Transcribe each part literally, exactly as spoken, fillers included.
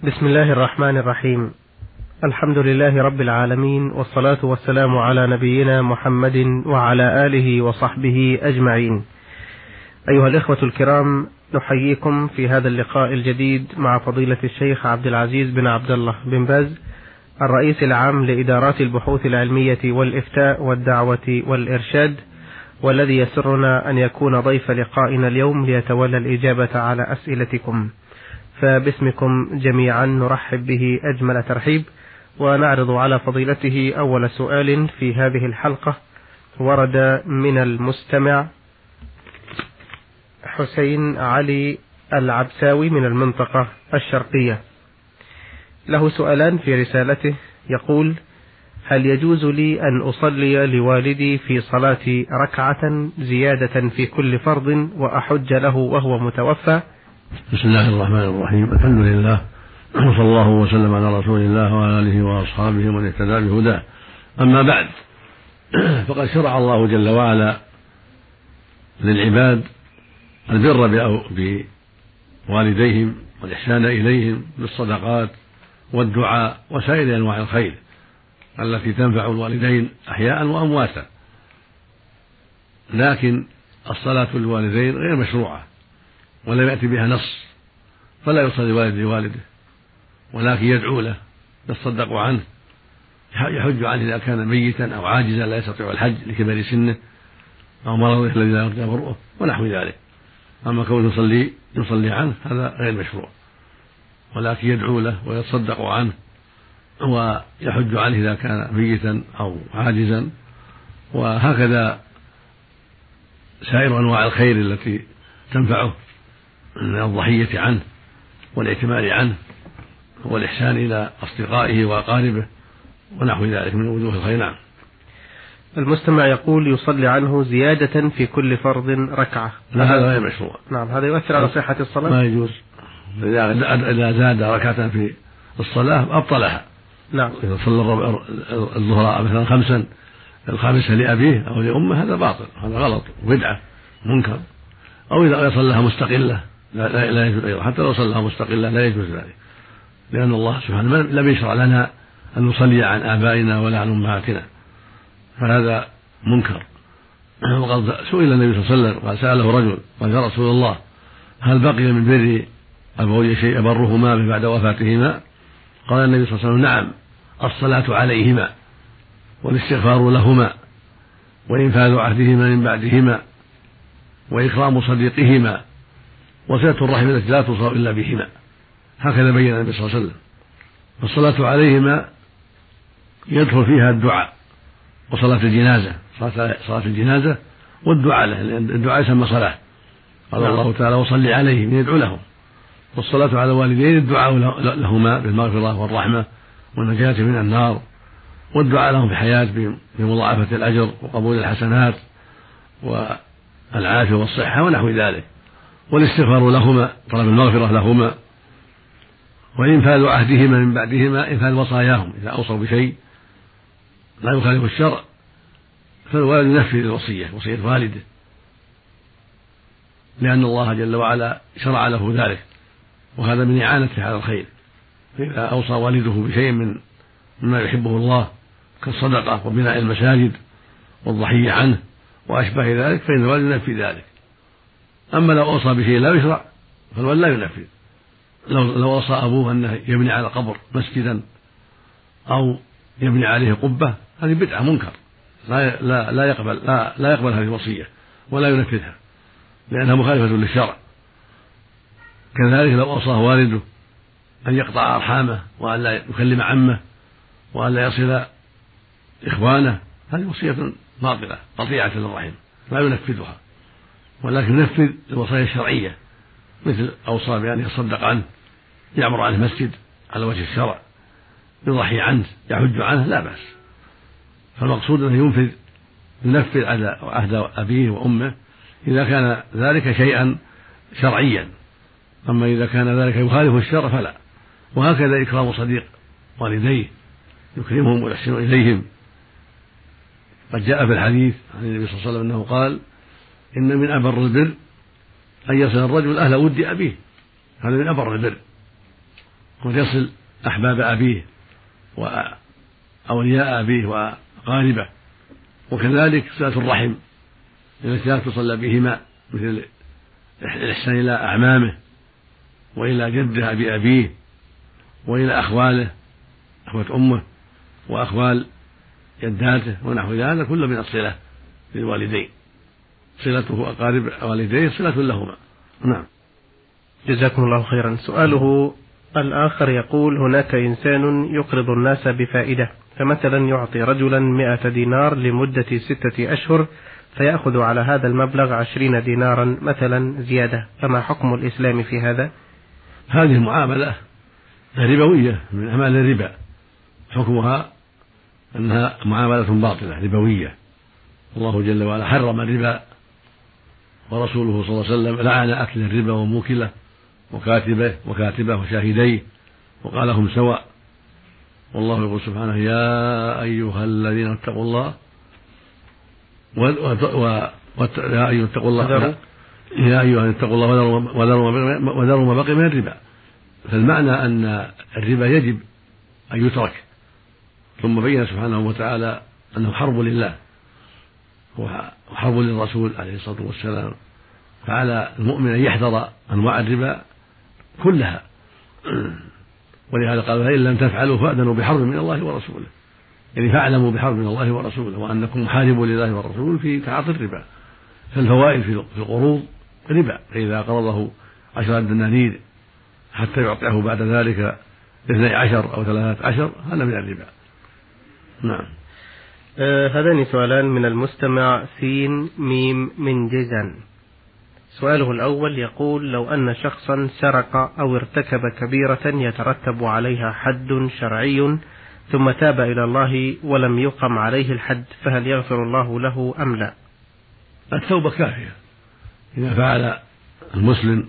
بسم الله الرحمن الرحيم. الحمد لله رب العالمين، والصلاة والسلام على نبينا محمد وعلى آله وصحبه أجمعين. أيها الإخوة الكرام، نحييكم في هذا اللقاء الجديد مع فضيلة الشيخ عبد العزيز بن عبد الله بن باز، الرئيس العام لإدارات البحوث العلمية والإفتاء والدعوة والإرشاد، والذي يسرنا أن يكون ضيف لقائنا اليوم ليتولى الإجابة على أسئلتكم. فباسمكم جميعا نرحب به أجمل ترحيب، ونعرض على فضيلته أول سؤال في هذه الحلقة. ورد من المستمع حسين علي العبساوي من المنطقة الشرقية، له سؤالان في رسالته. يقول: هل يجوز لي أن أصلي لوالدي في صلاة ركعة زيادة في كل فرض وأحج له وهو متوفى؟ بسم الله الرحمن الرحيم. الحمد لله، وصلى الله وسلم على رسول الله وعلى آله وأصحابه ومن اهتدى بهداه. أما بعد، فقد شرع الله جل وعلا للعباد البر بوالديهم والإحسان إليهم بالصدقات والدعاء وسائر أنواع الخير التي تنفع الوالدين أحياء وأمواتا. لكن الصلاة للوالدين غير مشروعة ولا يأتي بها نص، فلا يصلي والد لوالده، ولكن يدعو له، يتصدق عنه، يحج عنه إذا كان ميتا أو عاجزا لا يستطيع الحج لكبر سنه أو مرضه الذي لا يرجى برؤه ونحو ذلك. أما كونه يصلي يصلي عنه هذا غير مشروع، ولكن يدعو له ويتصدق عنه ويحج عنه إذا كان ميتا أو عاجزا. وهكذا سائر أنواع الخير التي تنفعه من الضحية عنه والاعتماد عنه والإحسان إلى أصدقائه وأقاربه ونحو ذلك من وجوه الخير. نعم. المستمع يقول: يصلي عنه زيادة في كل فرض ركعة. لا، هذا غير مشروع. نعم، هذا يؤثر على صحة الصلاة؟ ما يجوز. إذا زاد ركعة في الصلاة أبطلها. نعم. إذا صلى الظهر مثلا خمسا، الخامسة لأبيه أو لأمه، هذا باطل، هذا غلط وبدعة منكر. أو إذا صلىها مستقلة لا, لا, لا يجوز أيضا، حتى لو صلىها مستقلة لا يجوز ذلك، لأن الله سبحانه لم يشرع لنا أن نصلي عن آبائنا ولا عن أمهاتنا، فهذا منكر. وقد سئل النبي صلى الله عليه وسلم، قال سأله رجل قال: يا رسول الله، هل بقي من بر أبوي شيء أبرهما بعد وفاتهما؟ قال النبي صلى الله عليه وسلم: نعم، الصلاة عليهما والاستغفار لهما وإنفاذ عهدهما من بعدهما وإكرام صديقهما وصلة الرحم التي لا توصل إلا بهما. هكذا بين النبي صلى الله عليه وسلم. فالصلاة عليهما يدخل فيها الدعاء وصلاة الجنازة، صلاة الجنازة والدعاء له، لأن الدعاء يسمى صلاة. قال الله تعالى: وصل عليهم، يدعو لهم. والصلاة على الوالدين الدعاء لهما بالمغفرة والرحمة والنجاة من النار، والدعاء لهم في الحياة بمضاعفة الأجر وقبول الحسنات والعافية والصحة ونحو ذلك، والاستغفار لهما، طلب المغفرة لهما، وإنفاذ عهدهما من بعدهما، إنفاذ وصاياهم. إذا أوصوا بشيء لا يخالف الشرع فالوالد ينفذ الوصية، وصية والده، لأن الله جل وعلا شرع له ذلك، وهذا من إعانته على الخير. فإذا أوصى والده بشيء من مما يحبه الله كالصدقة وبناء المساجد والضحية عنه وأشبه ذلك، فإن الوالد ينفذ ذلك. أما لو أوصى بشيء لا يشرع فالوالد لا ينفذ. لو لو أوصى أبوه أنه يبني على قبر مسجدا أو يبني عليه قبة، هذه بدعة منكر، لا لا لا يقبل لا, لا يقبل هذه الوصية ولا ينفذها، لأنها مخالفة للشرع. كذلك لو أوصاه والده أن يقطع أرحامه وأن لا يكلم عمه وأن لا يصل إخوانه، هذه وصية باطلة قطيعة للرحم، لا ينفذها، ولكن ينفذ الوصايا الشرعية، مثل أوصى بأن يصدق عنه، يعمر عنه مسجد على وجه الشرع، يضحي عنه، يحج عنه، لا بأس. فالمقصود أنه ينفذ ينفذ على عهد أبيه وأمه إذا كان ذلك شيئا شرعيا. أما إذا كان ذلك يخالف الشرع فلا. وهكذا إكرام صديق والديه، يكرمهم ويحسن إليهم. قد جاء في الحديث عن النبي صلى الله عليه وسلم أنه قال: إن من أبر البر أن يصل الرجل أهل ود أبيه، هذا من أبر البر. ويصل أحباب أبيه وأولياء أبيه وأقاربه، وكذلك صلة الرحم التي لا تصل بهما، مثل الإحسان إلى أعمامه وإلى جده أبي أبيه وإلى أخواله، أخوة أمه وأخوال جداته ونحو ذلك، كل من الصلة للوالدين، صلته أقارب والديه صلة لهما. نعم. جزاكم الله خيرا. سؤاله الآخر يقول: هناك إنسان يقرض الناس بفائدة، فمثلا يعطي رجلا مئة دينار لمدة ستة أشهر، فيأخذ على هذا المبلغ عشرين دينارا مثلا زيادة، فما حكم الإسلام في هذا؟ هذه المعاملة ربوية من أعمال الربا، حكمها أنها معاملة باطلة ربوية. الله جل وعلا حرم الربا، ورسوله صلى الله عليه وسلم لعن أكل الربا وموكله وكاتبه وكاتبه وشاهديه وقال هم سواء. والله يقول سبحانه: يا أيها الذين اتقوا الله و... و... و... يا أيها اتقوا الله يا أيها اتقوا الله وذروا ما بقي من الربا. فالمعنى أن الربا يجب أن يترك، ثم بين سبحانه وتعالى أنه حرب لله وحرب للرسول عليه الصلاة والسلام، فعلى المؤمن أن يحذر أنواع الربا كلها، ولهذا قال: فإن لم تفعلوا فأذنوا بحرب من الله ورسوله، يعني فاعلموا بحرب من الله ورسوله وأنكم محاربوا لله والرسول في تعاطي الربا. فالفوائد في القروض ربا، فإذا قرضه عشرة دنانير حتى يعطيه بعد ذلك اثني عشر أو ثلاثة عشر، هذا من الربا. نعم. آه هذان سؤالان من المستمع سين ميم من جيزان. سؤاله الأول يقول: لو أن شخصا سرق أو ارتكب كبيرة يترتب عليها حد شرعي ثم تاب إلى الله ولم يقم عليه الحد، فهل يغفر الله له أم لا؟ التوبة كافية. إذا فعل المسلم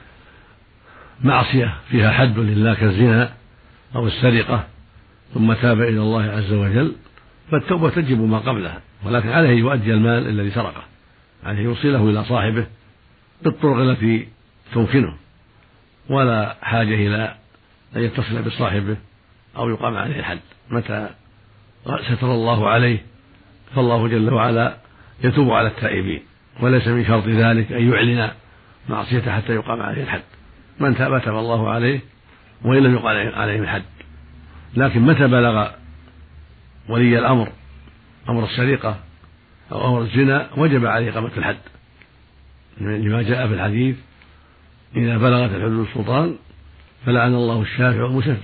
معصية فيها حد لله كالزنا أو السرقة ثم تاب إلى الله عز وجل، فالتوبة تجب ما قبلها، ولكن عليه يؤدي المال الذي سرقه، عليه يوصله إلى صاحبه بالطرق التي تمكنه، ولا حاجة إلى أن يتصل بصاحبه أو يقام عليه الحد. متى ستر الله عليه فالله جل وعلا يتوب على التائبين، وليس من شرط ذلك أن يعلن معصيته حتى يقام عليه الحد. من تاب تاب الله عليه وإن لم يقام عليه الحد. لكن متى بلغ ولي الأمر أمر السرقة أو أمر الزنا وجب عليه إقامة الحد، لما جاء في الحديث: إذا بلغت الحدود السلطان فلعن الله الشافع والمشفع.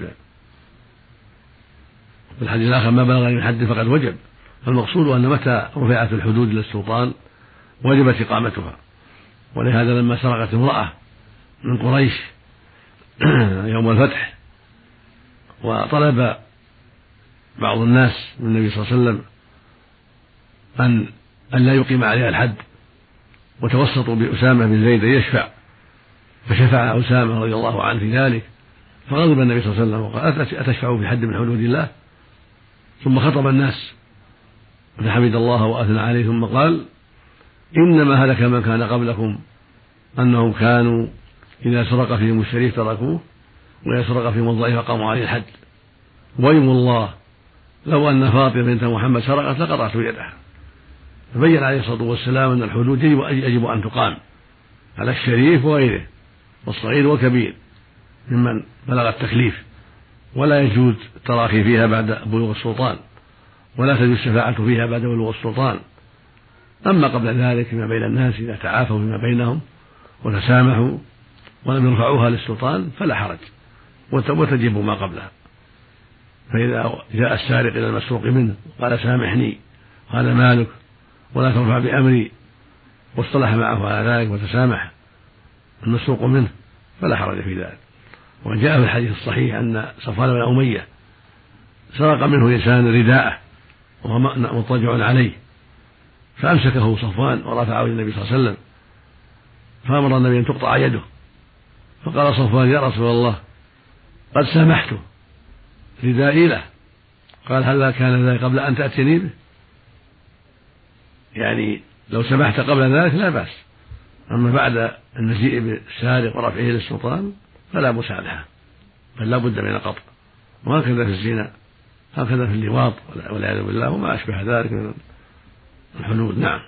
في الحديث الآخر: ما بلغ من حد فقد وجب. فالمقصود أن متى رفعت الحدود إلى السلطان وجبت إقامتها. ولهذا لما سرقت امرأة من قريش يوم الفتح وطلب بعض الناس من النبي صلى الله عليه وسلم أن أن لا يقيم عليها الحد، وتوسطوا بأسامة بن زيد يشفع، فشفع أسامة رضي الله عنه في ذلك، فغضب النبي صلى الله عليه وسلم وقال: أتشفع في حد من حدود الله؟ ثم خطب الناس فحمد الله وأثنى عليه، ثم قال: إنما هلك من كان قبلكم أنهم كانوا إذا سرق فيهم الشريف تركوه وإذا سرق فيهم الضعيف قاموا عليه الحد، ويم الله لو أن فاطمة بنت محمد سرقت لقطعت يدها. فبين عليه الصلاة والسلام أن الحدود يجب أن تقام على الشريف وغيره والصغير والكبير ممن بلغ التكليف، ولا يجوز التراخي فيها بعد بلوغ السلطان، ولا تجوز الشفاعة فيها بعد بلوغ السلطان. أما قبل ذلك فيما بين الناس إذا تعافوا فيما بينهم وتسامحوا ولم يرفعوها للسلطان فلا حرج، وتجب ما قبلها. فإذا جاء السارق إلى المسروق منه قال: سامحني، قال: مالك ولا ترفع بأمري، واصطلح معه على ذلك وتسامح المسروق منه، فلا حرج في ذلك. وجاء في الحديث الصحيح أن صفوان بن أمية سرق منه إنسان رداءه وهو مضطجع عليه، فأمسكه صفوان ورفعه إلى النبي صلى الله عليه وسلم، فأمر النبي أن تقطع يده، فقال صفوان: يا رسول الله قد سامحته، ردائي له. قال: هل كان ذلك قبل أن تأتيني به؟ يعني لو سمحت قبل ذلك لا بأس، أما بعد المجيء بالسارق ورفعه للسلطان فلا مسامحة. بل لا بد من القطع. وهكذا في الزنا، هكذا في اللواط والعياذ بالله وما أشبه ذلك من الحدود. نعم.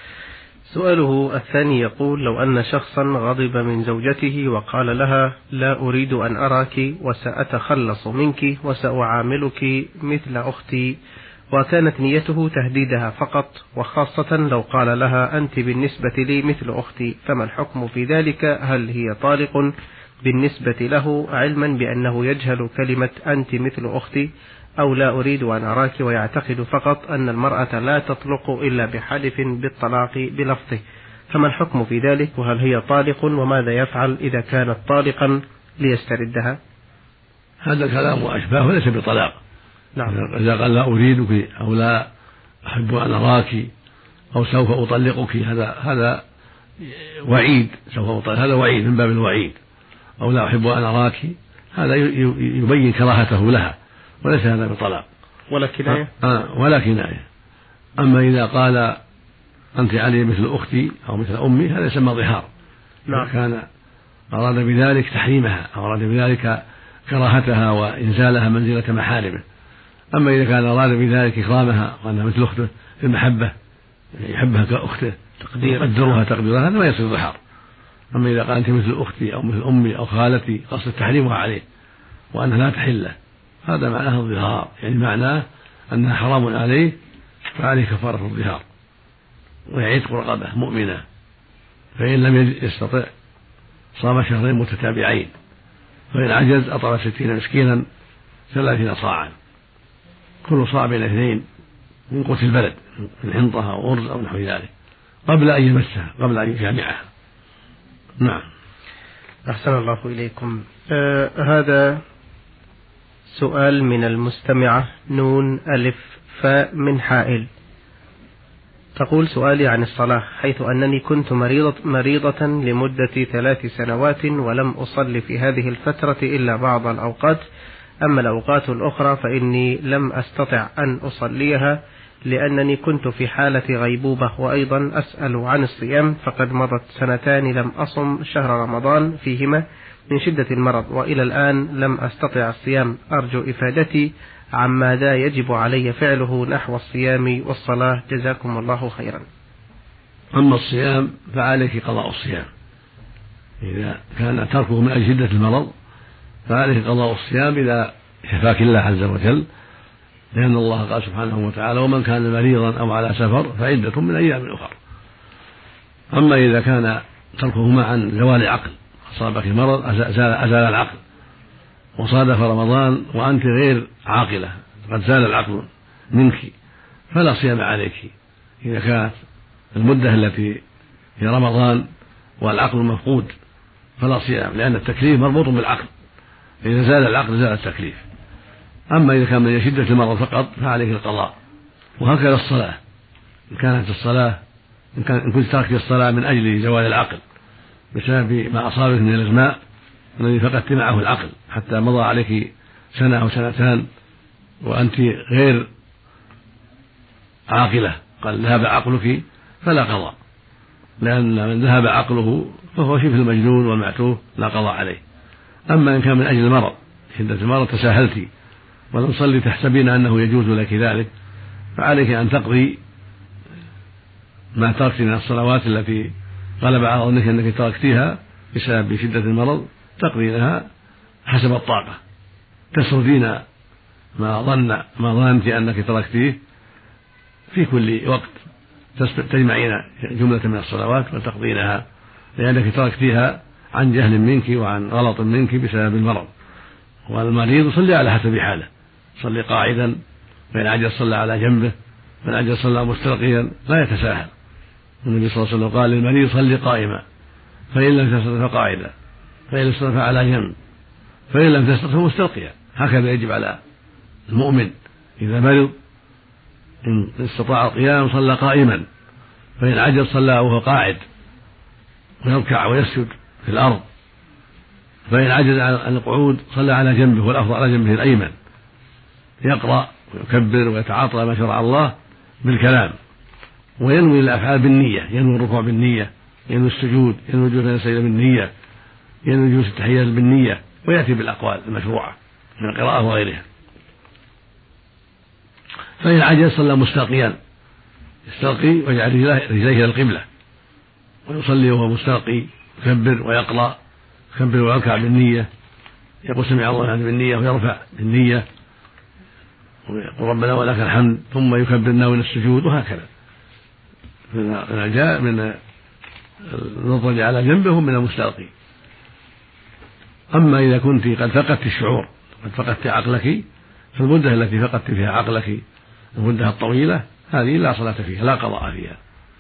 سؤاله الثاني يقول: لو أن شخصا غضب من زوجته وقال لها: لا أريد أن أراك وسأتخلص منك وسأعاملك مثل أختي، وكانت نيته تهديدها فقط، وخاصة لو قال لها: أنت بالنسبة لي مثل أختي، فما الحكم في ذلك؟ هل هي طالق بالنسبة له علما بأنه يجهل كلمة أنت مثل أختي، أو لا أريد أن أراك ويعتقد فقط أن المرأة لا تطلق إلا بحلف بالطلاق بلفظه، فما الحكم في ذلك؟ وهل هي طالق؟ وماذا يفعل إذا كانت طالقا ليستردها؟ هذا الكلام وأشباهه ليس بطلاق. نعم. إذا قال لا أريدك أو لا أحب أن أراك أو سوف أطلقك، هذا هذا وعيد، سوف أطلق، هذا وعيد من باب الوعيد. أو لا أحب أن أراك، هذا يبين كراهته لها، وليس هذا بطلاق ولا كناية. آه ولا كناية. أما إذا قال أنت علي مثل أختي أو مثل أمي، هذا يسمى ظهار. نعم. كان أراد بذلك تحريمها أو أراد بذلك كراهتها وإنزالها منزلة محارمه. أما إذا كان أراد بذلك إكرامها وأنها مثل أخته في المحبة، يحبها كأخته يقدرها تقديرها، هذا ما يصير ظهار. أما إذا قال أنت مثل أختي أو مثل أمي أو خالتي، قصد تحريمها عليه وأنها لا تحله، هذا معناه الظهار، يعني معناه أنها حرام عليه، فعليه كفارة الظهار ويعتق رقبة مؤمنة، فإن لم يستطع صام شهرين متتابعين، فإن عجز أطعم ستين مسكينا ثلاثين صاعا، كل صاع بين اثنين من قوت البلد، من حنطة أو أرز أو نحو ذلك، قبل أن يمسها، قبل أن يجامعها. نعم. أحسن الله إليكم. آه هذا سؤال من المستمعة نون ألف فاء من حائل، تقول: سؤالي عن الصلاة، حيث أنني كنت مريضة, مريضة لمدة ثلاث سنوات ولم أصلي في هذه الفترة إلا بعض الأوقات، أما الأوقات الأخرى فإني لم أستطع أن أصليها لأنني كنت في حالة غيبوبة. وأيضا أسأل عن الصيام، فقد مضت سنتان لم أصم شهر رمضان فيهما من شدة المرض، وإلى الآن لم أستطع الصيام. أرجو إفادتي عما يجب علي فعله نحو الصيام والصلاة، جزاكم الله خيرا. أما الصيام فعليك قضاء الصيام، إذا كان تركه من أجل شدة المرض فعليك قضاء الصيام إذا شفاك الله عز وجل، لأن الله قال سبحانه وتعالى: ومن كان مريضا أو على سفر فعدة من أيام أخرى. أما إذا كان تركهما عن زوال العقل، أصابك مرض أزال, أزال العقل وصادف رمضان وأنت غير عاقلة، قد زال العقل منك، فلا صيام عليك. إذا كانت المدة التي هي رمضان والعقل مفقود فلا صيام، لأن التكليف مربوط بالعقل، إذا زال العقل زال التكليف. أما إذا كان من شدة المرض فقط فعليك القضاء. وهكذا الصلاة، إن كانت الصلاة إن, كان إن كنت تركت الصلاة من أجل زوال العقل بسبب ما أصابك من الإغماء الذي فقدت معه العقل حتى مضى عليك سنة أو سنتان وأنت غير عاقلة، قال ذهب عقلك، فلا قضاء، لأن من ذهب عقله فهو شبه المجنون والمعتوه، لا قضاء عليه. أما إن كان من أجل المرض، شدة المرض، تساهلت ولم تصلي تحسبين أنه يجوز لك ذلك، فعليك أن تقضي ما تركت من الصلوات التي غلب على ظنك أنك تركتها بسبب شدة المرض، تقضينها حسب الطاقة، تسردين ما ظن ما ظننت أنك تركتيه في كل وقت، تجمعين جملة من الصلوات وتقضينها، لأنك تركتيها عن جهل منك وعن غلط منك بسبب المرض. والمريض صلي على حسب حاله، صلي قاعدا، فإن عجز صلى على جنبه، فإن عجز صلى مستلقيا، لا يتساهل. النبي صلى الله عليه وسلم قال للمريض: صلي قائما، فإن لم تستطع فقاعدا، فإن لم تستطع على جنب، فإن لم تستطع فمستلقيا. هكذا يجب على المؤمن إذا مرض، إن استطاع القيام صلى قائما، فإن عجز صلى وهو قاعد ويركع ويسجد في الأرض، فإن عجز عن القعود صلى على جنبه، والأفضل على جنبه الأيمن، يقرأ ويكبر ويتعاطى ما شرع الله بالكلام، وينوي الأفعال بالنية، ينوي الركوع بالنية، ينوي السجود، ينوي جلوس السجدة بالنية، ينوي جلوس التحيات بالنية، ويأتي بالأقوال المشروعة من القراءة وغيرها. فإن عجز صلى مستلقيا، يستلقي ويجعل رجليه إلى القبلة ويصلي وهو مستلقي، يكبر ويقرأ، يكبر ويركع بالنية، يقول سمع الله لمن بالنية ويرفع بالنية ويقول ربنا ولك الحمد، ثم يكبر ناوي السجود، وهكذا من جاء من النظر على جنبه من المستلقي. أما إذا كنت قد فقدت الشعور، قد فقدت عقلك، فالمدة التي فقدت فيها عقلك المدة الطويلة هذه لا صلاة فيها، لا قضاء فيها.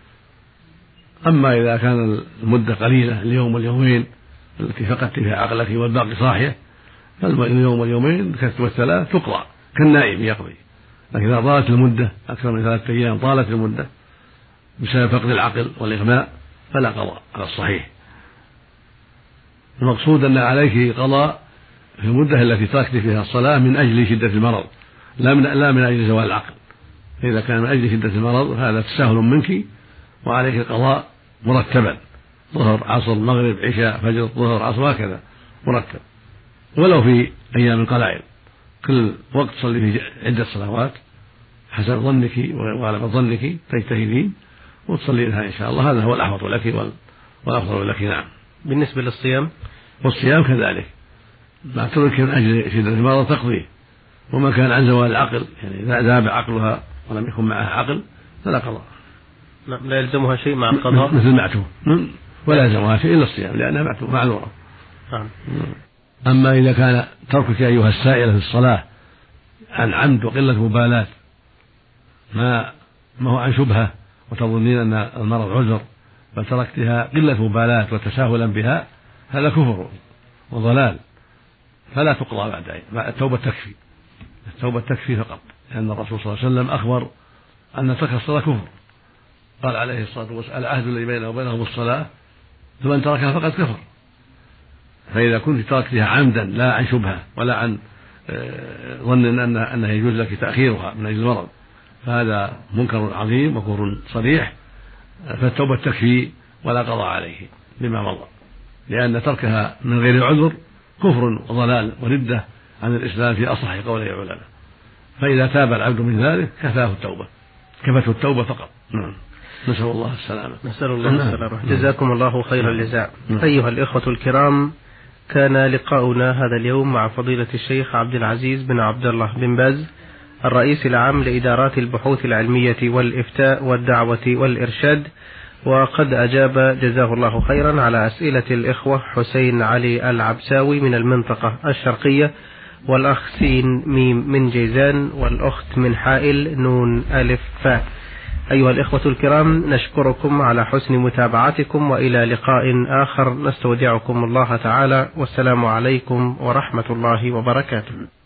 أما إذا كان المدة قليلة، اليوم واليومين التي فقدت فيها عقلك والباقي صاحية، فاليوم واليومين والثلاث تقضى كالنائم يقضي. لكن إذا طالت المدة أكثر من ثلاثة أيام، طالت المدة بسبب فقد العقل والإغماء، فلا قضاء على الصحيح. المقصود أن عليك قضاء في المدة التي تركت فيها الصلاة من أجل شدة المرض، لا من, لا من أجل زوال العقل. إذا كان من أجل شدة المرض هذا تساهل منك، وعليك القضاء مرتبا، ظهر عصر مغرب عشاء فجر ظهر عصر هكذا مرتب، ولو في أيام قلائل، كل وقت صلي في عدة صلوات حسب ظنك وغلب ظنك، تجتهدين وتصلي لها إن شاء الله، هذا هو الأحوط لك والأفضل لك. نعم. بالنسبة للصيام، والصيام كذلك ما ترك من أجل شدة المرض تقضيه، وما كان عن زوال العقل يعني ذهب عقلها ولم يكن معها عقل فلا قضاء. لا يلزمها شيء مع القضاء مثل معتوه، ولا يلزمها شيء إلا الصيام لأنها معتوه معذورة. نعم. أما إذا كان تركك أيها السائلة في الصلاة عن عمد وقلة مبالاة، ما ما هو عن شبهة وتظنين أن المرض عذر، بل تركتها قلة مبالاة وتساهلا بها، هذا كفر وضلال، فلا تقضى بعد. التوبة تكفي، التوبة تكفي فقط، لأن الرسول صلى الله عليه وسلم أخبر أن ترك الصلاة كفر، قال عليه الصلاة والسلام العهد الذي بينه وبينهم الصلاة، فمن تركها فقد كفر. فإذا كنت تركتها عمدا لا عن شبهة ولا عن ظن أن أنه يجوز لك تأخيرها من أجل المرض، فهذا منكر عظيم وكفر صريح، فالتوبة تكفي ولا قضاء عليه بما مضى، لأن تركها من غير عذر كفر وضلال وردة عن الإسلام في أصح قول العلماء. فإذا تاب العبد من ذلك كفاه التوبة، كفته التوبة فقط. نعم. نسأل الله السلامة. نسأل الله السلامة. جزاكم الله خير الجزاء. أيها الإخوة الكرام، كان لقاؤنا هذا اليوم مع فضيلة الشيخ عبد العزيز بن عبد الله بن باز، الرئيس العام لإدارات البحوث العلمية والإفتاء والدعوة والإرشاد، وقد أجاب جزاه الله خيرا على أسئلة الإخوة حسين علي العبساوي من المنطقة الشرقية، والأخ سين ميم من جيزان، والأخت من حائل نون ألف فاء. أيها الإخوة الكرام، نشكركم على حسن متابعتكم، وإلى لقاء آخر نستودعكم الله تعالى، والسلام عليكم ورحمة الله وبركاته.